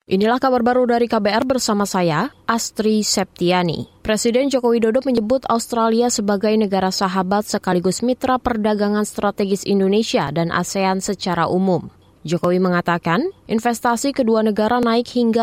Inilah kabar baru dari KBR bersama saya, Astri Septiani. Presiden Joko Widodo menyebut Australia sebagai negara sahabat sekaligus mitra perdagangan strategis Indonesia dan ASEAN secara umum. Jokowi mengatakan, investasi kedua negara naik hingga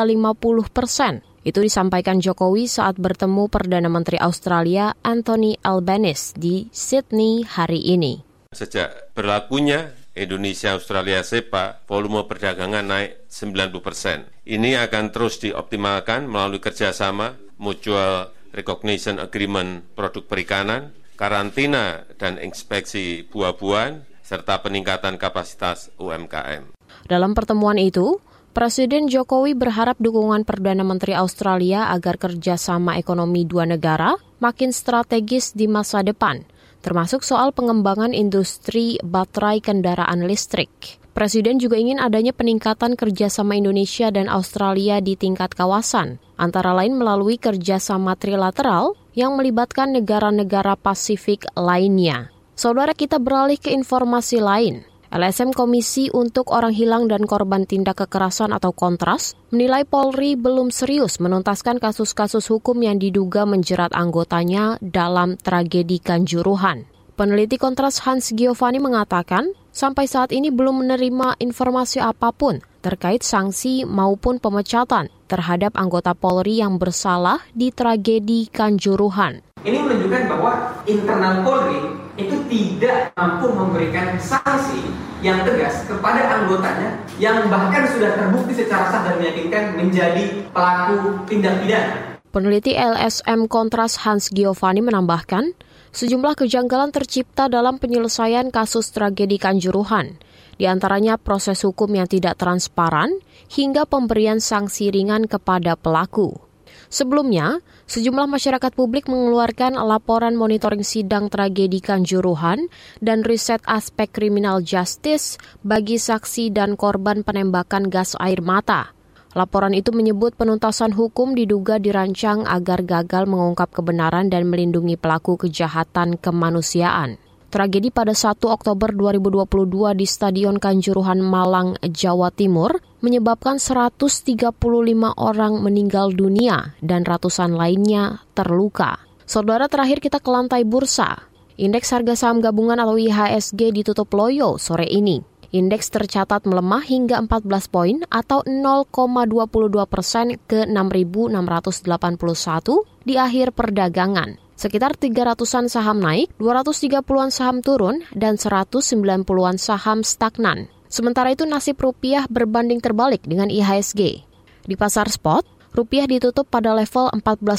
50%. Itu disampaikan Jokowi saat bertemu Perdana Menteri Australia Anthony Albanese di Sydney hari ini. Sejak berlakunya Indonesia-Australia SEPA, volume perdagangan naik 90%. Ini akan terus dioptimalkan melalui kerjasama Mutual Recognition Agreement produk perikanan, karantina dan inspeksi buah-buahan, serta peningkatan kapasitas UMKM. Dalam pertemuan itu, Presiden Jokowi berharap dukungan Perdana Menteri Australia agar kerjasama ekonomi dua negara makin strategis di masa depan, termasuk soal pengembangan industri baterai kendaraan listrik. Presiden juga ingin adanya peningkatan kerjasama Indonesia dan Australia di tingkat kawasan, antara lain melalui kerjasama trilateral yang melibatkan negara-negara Pasifik lainnya. Saudara, kita beralih ke informasi lain. LSM Komisi untuk Orang Hilang dan Korban Tindak Kekerasan atau Kontras menilai Polri belum serius menuntaskan kasus-kasus hukum yang diduga menjerat anggotanya dalam tragedi Kanjuruhan. Peneliti Kontras Hans Giovanni mengatakan, sampai saat ini belum menerima informasi apapun terkait sanksi maupun pemecatan terhadap anggota Polri yang bersalah di tragedi Kanjuruhan. Ini menunjukkan bahwa internal Polri itu tidak mampu memberikan sanksi yang tegas kepada anggotanya yang bahkan sudah terbukti secara sah dan meyakinkan menjadi pelaku tindak pidana. Peneliti LSM Kontras Hans Giovanni menambahkan, sejumlah kejanggalan tercipta dalam penyelesaian kasus tragedi Kanjuruhan, di antaranya proses hukum yang tidak transparan hingga pemberian sanksi ringan kepada pelaku. Sebelumnya, sejumlah masyarakat publik mengeluarkan laporan monitoring sidang tragedi Kanjuruhan dan riset aspek criminal justice bagi saksi dan korban penembakan gas air mata. Laporan itu menyebut penuntasan hukum diduga dirancang agar gagal mengungkap kebenaran dan melindungi pelaku kejahatan kemanusiaan. Tragedi pada 1 Oktober 2022 di Stadion Kanjuruhan Malang, Jawa Timur menyebabkan 135 orang meninggal dunia dan ratusan lainnya terluka. Saudara, terakhir kita ke lantai bursa. Indeks harga saham gabungan atau IHSG ditutup loyo sore ini. Indeks tercatat melemah hingga 14 poin atau 0,22% ke 6.681 di akhir perdagangan. Sekitar 300-an saham naik, 230-an saham turun, dan 190-an saham stagnan. Sementara itu nasib rupiah berbanding terbalik dengan IHSG. Di pasar spot, rupiah ditutup pada level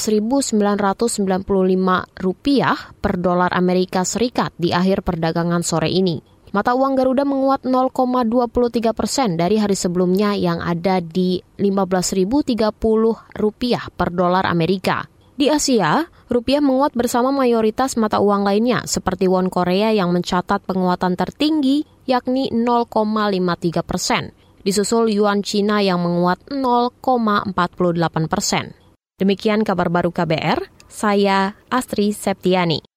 Rp14.995 per dolar Amerika Serikat di akhir perdagangan sore ini. Mata uang Garuda menguat 0,23% dari hari sebelumnya yang ada di Rp15.030 per dolar Amerika. Di Asia, rupiah menguat bersama mayoritas mata uang lainnya seperti won Korea yang mencatat penguatan tertinggi yakni 0,53%. Disusul yuan Cina yang menguat 0,48%. Demikian kabar baru KBR, saya Astri Septiani.